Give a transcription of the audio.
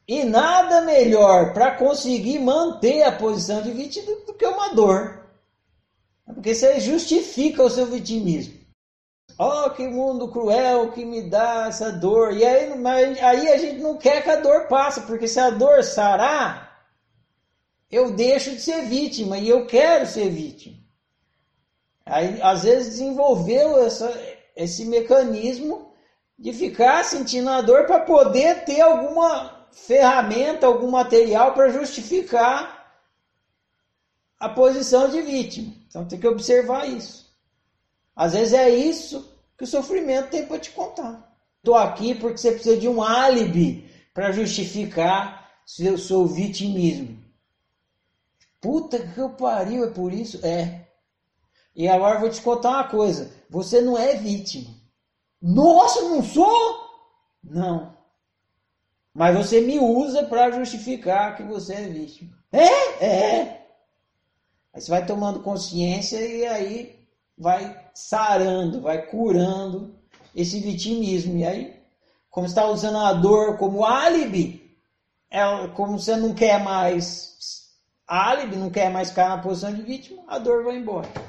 E nada melhor para conseguir manter a posição de vítima do que uma dor. Porque você justifica o seu vitimismo. Oh, que mundo cruel que me dá essa dor. E aí a gente não quer que a dor passe, porque se a dor sarar, eu deixo de ser vítima e eu quero ser vítima. Aí, às vezes, desenvolveu esse mecanismo de ficar sentindo a dor para poder ter alguma ferramenta, algum material para justificar a posição de vítima. Então tem que observar isso. Às vezes é isso que o sofrimento tem para te contar. Estou aqui porque você precisa de um álibi para justificar seu vitimismo. Puta que eu pariu, é por isso? É. E agora eu vou te contar uma coisa. Você não é vítima. Nossa, não sou? Não. Mas você me usa para justificar que você é vítima. É. Aí você vai tomando consciência e aí vai sarando, vai curando esse vitimismo. E aí, como você está usando a dor como álibi, como você não quer mais álibi, não quer mais ficar na posição de vítima, a dor vai embora.